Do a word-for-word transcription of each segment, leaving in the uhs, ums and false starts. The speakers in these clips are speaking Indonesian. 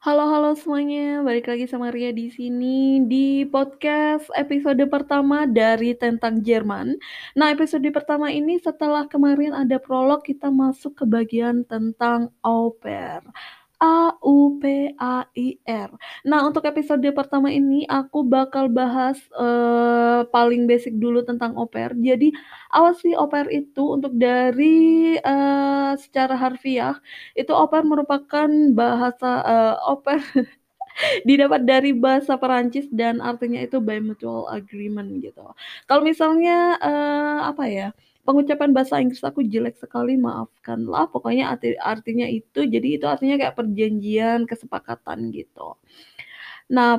Halo halo semuanya, balik lagi sama Ria di sini di podcast episode pertama dari tentang Jerman. Nah, episode pertama ini setelah kemarin ada prolog, kita masuk ke bagian tentang au pair. A U P A I R. Nah, untuk episode pertama ini aku bakal bahas eh, paling basic dulu tentang au pair. Jadi, apa sih au pair itu? Untuk dari eh, secara harfiah itu au pair merupakan bahasa eh, au pair didapat dari bahasa Perancis dan artinya itu by mutual agreement gitu. Kalau misalnya eh, apa ya? Pengucapan bahasa Inggris aku jelek sekali, maafkanlah. Pokoknya arti, artinya itu, jadi itu artinya kayak perjanjian, kesepakatan gitu. Nah,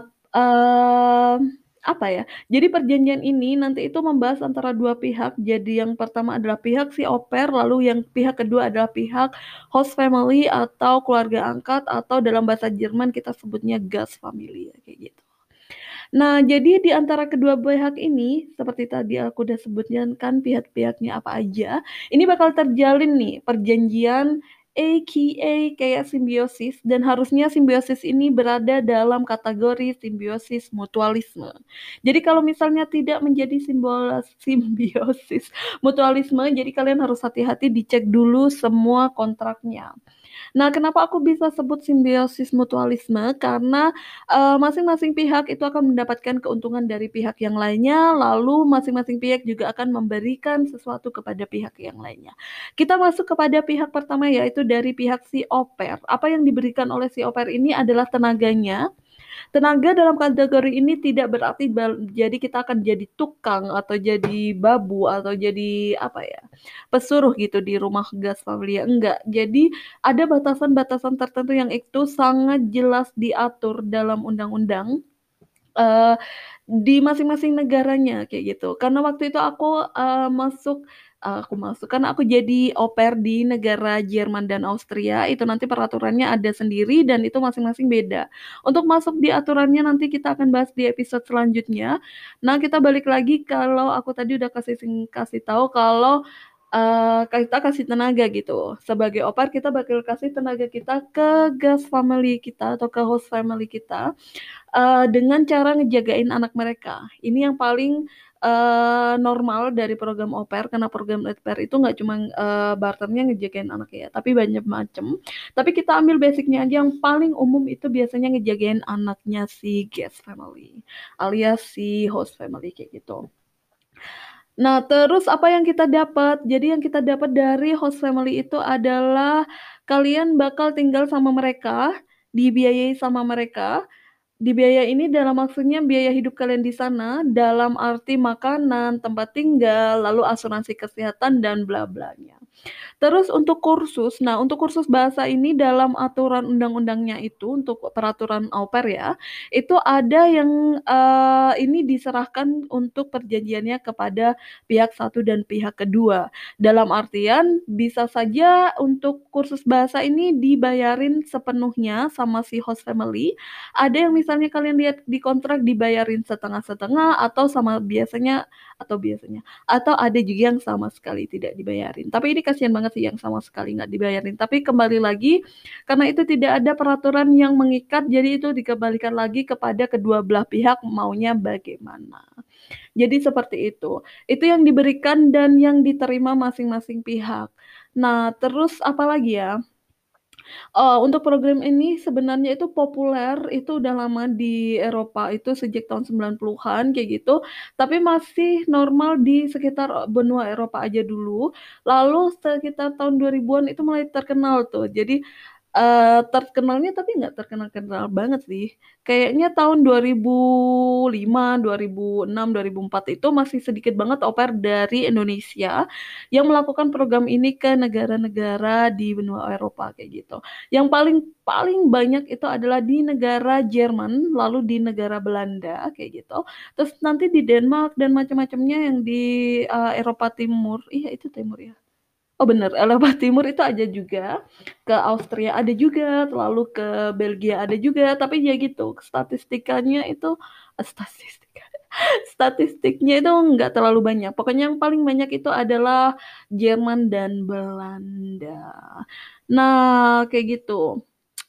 eh, apa ya? Jadi perjanjian ini nanti itu membahas antara dua pihak. Jadi yang pertama adalah pihak si au pair, lalu yang pihak kedua adalah pihak host family atau keluarga angkat atau dalam bahasa Jerman kita sebutnya Gastfamilie kayak gitu. Nah, jadi di antara kedua pihak ini, seperti tadi aku udah sebutkan kan pihak-pihaknya apa aja, ini bakal terjalin nih perjanjian aka kayak simbiosis dan harusnya simbiosis ini berada dalam kategori simbiosis mutualisme. Jadi kalau misalnya tidak menjadi simbol simbiosis mutualisme, jadi kalian harus hati-hati dicek dulu semua kontraknya. Nah, kenapa aku bisa sebut simbiosis mutualisme? Karena eh, masing-masing pihak itu akan mendapatkan keuntungan dari pihak yang lainnya, lalu masing-masing pihak juga akan memberikan sesuatu kepada pihak yang lainnya. Kita masuk kepada pihak pertama yaitu dari pihak si au pair. Apa yang diberikan oleh si au pair ini adalah tenaganya. Tenaga dalam kategori ini tidak berarti bal- jadi kita akan jadi tukang atau jadi babu atau jadi apa ya, pesuruh gitu di rumah gas Familia. Enggak. Jadi ada batasan-batasan tertentu yang itu sangat jelas diatur dalam undang-undang eh, di masing-masing negaranya kayak gitu. Karena waktu itu aku eh, masuk eh, aku masuk karena aku jadi au pair di negara Jerman dan Austria, itu nanti peraturannya ada sendiri dan itu masing-masing beda. Untuk masuk di aturannya nanti kita akan bahas di episode selanjutnya. Nah, kita balik lagi kalau aku tadi udah kasih sing- kasih tahu kalau eh, kita kasih tenaga gitu. Sebagai au pair kita bakal kasih tenaga kita ke guest family kita atau ke host family kita eh, dengan cara ngejagain anak mereka. Ini yang paling eh, normal dari program au pair, karena program au pair itu nggak cuma eh, barternya ngejagain anak ya, tapi banyak macem. Tapi kita ambil basicnya aja, yang paling umum itu biasanya ngejagain anaknya si guest family, alias si host family kayak gitu. Nah, terus apa yang kita dapat? Jadi yang kita dapat dari host family itu adalah kalian bakal tinggal sama mereka, dibiayai sama mereka. Di biaya ini dalam maksudnya biaya hidup kalian di sana dalam arti makanan, tempat tinggal, lalu asuransi kesehatan dan bla blanya. Terus untuk kursus, nah untuk kursus bahasa ini dalam aturan undang-undangnya itu untuk peraturan au pair ya, itu ada yang eh, ini diserahkan untuk perjanjiannya kepada pihak satu dan pihak kedua. Dalam artian bisa saja untuk kursus bahasa ini dibayarin sepenuhnya sama si host family. Ada yang misalnya kalian lihat di kontrak dibayarin setengah-setengah atau sama biasanya atau biasanya atau ada juga yang sama sekali tidak dibayarin. Tapi ini kasihan banget sih yang sama sekali nggak dibayarin. Tapi kembali lagi, karena itu tidak ada peraturan yang mengikat, jadi itu dikembalikan lagi kepada kedua belah pihak maunya bagaimana. Jadi seperti itu. Itu yang diberikan dan yang diterima masing-masing pihak. Nah, terus apa lagi ya? Eh, untuk program ini sebenarnya itu populer, itu udah lama di Eropa itu sejak tahun sembilan puluhan-an kayak gitu, tapi masih normal di sekitar benua Eropa aja dulu. Lalu sekitar tahun dua ribuan-an itu mulai terkenal tuh. Jadi eh, terkenalnya tapi nggak terkenal-kenal banget sih. Kayaknya tahun dua ribu lima, dua ribu enam, dua ribu empat itu masih sedikit banget au pair dari Indonesia yang melakukan program ini ke negara-negara di benua Eropa kayak gitu. Yang paling paling banyak itu adalah di negara Jerman, lalu di negara Belanda kayak gitu. Terus nanti di Denmark dan macam-macamnya yang di eh, Eropa Timur. Iya, itu Timur ya. Oh bener, Eropa Timur itu ada juga, ke Austria ada juga, lalu ke Belgia ada juga, tapi ya gitu, statistikanya itu, eh, statistik, statistiknya itu nggak terlalu banyak. Pokoknya yang paling banyak itu adalah Jerman dan Belanda. Nah, kayak gitu.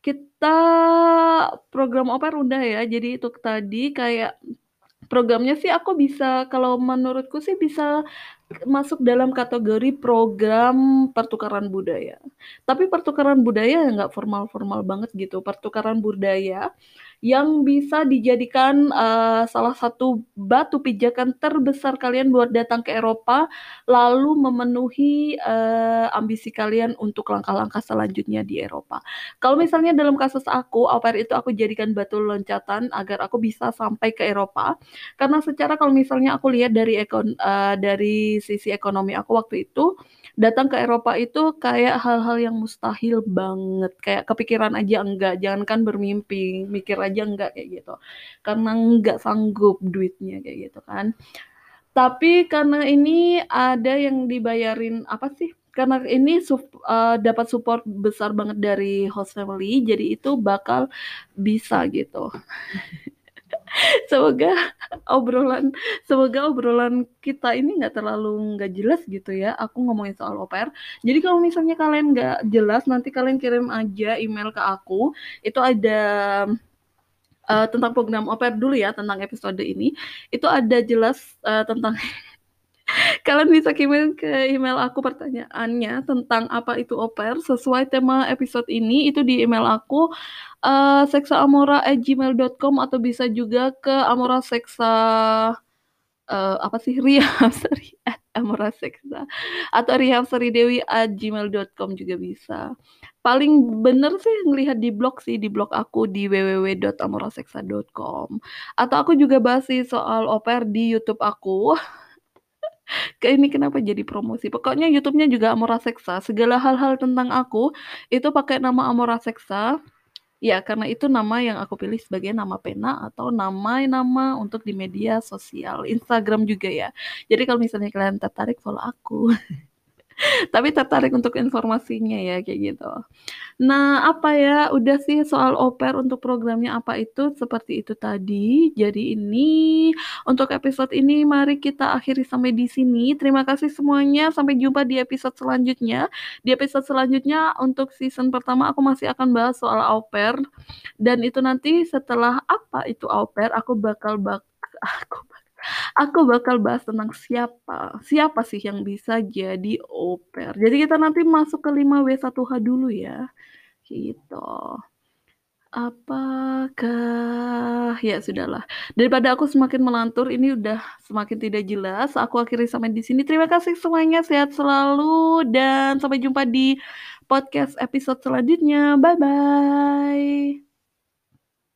kita program au pair udah ya, jadi itu tadi kayak programnya sih aku bisa, kalau menurutku sih bisa masuk dalam kategori program pertukaran budaya. Tapi pertukaran budaya nggak formal-formal banget gitu. Pertukaran budaya yang bisa dijadikan eh, salah satu batu pijakan terbesar kalian buat datang ke Eropa, lalu memenuhi eh, ambisi kalian untuk langkah-langkah selanjutnya di Eropa. Kalau misalnya dalam kasus aku, au pair itu aku jadikan batu loncatan agar aku bisa sampai ke Eropa. Karena secara kalau misalnya aku lihat dari ekon eh, dari sisi ekonomi aku waktu itu, datang ke Eropa itu kayak hal-hal yang mustahil banget. Kayak kepikiran aja enggak, jangankan bermimpi, mikir aja enggak kayak gitu. Karena enggak sanggup duitnya kayak gitu kan. Tapi karena ini ada yang dibayarin apa sih? Karena ini sup- eh, dapat support besar banget dari host family, jadi itu bakal bisa gitu. Semoga obrolan semoga obrolan kita ini nggak terlalu nggak jelas gitu ya. Aku ngomongin soal au pair. Jadi kalau misalnya kalian nggak jelas, nanti kalian kirim aja email ke aku. Itu ada eh, tentang program au pair dulu ya, tentang episode ini. Itu ada jelas eh, tentang kalian bisa kirim ke email aku pertanyaannya tentang apa itu au pair sesuai tema episode ini. Itu di email aku eh seksaamora at gmail dot com, atau bisa juga ke amoraseksa eh, apa sih Rihamsari at amoraseksa, atau rihamsaridewi at gmail dot com juga bisa. Paling bener sih ngelihat di blog sih, di blog aku di w w w dot amoraseksa dot com. Atau aku juga bahas sih soal au pair di YouTube aku. Kayak ini kenapa jadi promosi? Pokoknya YouTube-nya juga Amora Seksa. Segala hal-hal tentang aku itu pakai nama Amora Seksa. Ya, karena itu nama yang aku pilih sebagai nama pena atau nama-nama untuk di media sosial. Instagram juga ya. Jadi kalau misalnya kalian tertarik, follow aku. Tapi tertarik untuk informasinya ya, kayak gitu. Nah, apa ya? Udah sih soal au pair untuk programnya apa itu seperti itu tadi. Jadi ini untuk episode ini mari kita akhiri sampai di sini. Terima kasih semuanya. Sampai jumpa di episode selanjutnya. Di episode selanjutnya untuk season pertama aku masih akan bahas soal au pair, dan itu nanti setelah apa itu au pair aku bakal bak aku Aku bakal bahas tentang siapa, siapa sih yang bisa jadi au pair. Jadi kita nanti masuk ke lima W satu H dulu ya. Gitu. Apakah ya sudahlah. Daripada aku semakin melantur, ini udah semakin tidak jelas. Aku akhiri sampai di sini. Terima kasih semuanya, sehat selalu dan sampai jumpa di podcast episode selanjutnya. Bye bye.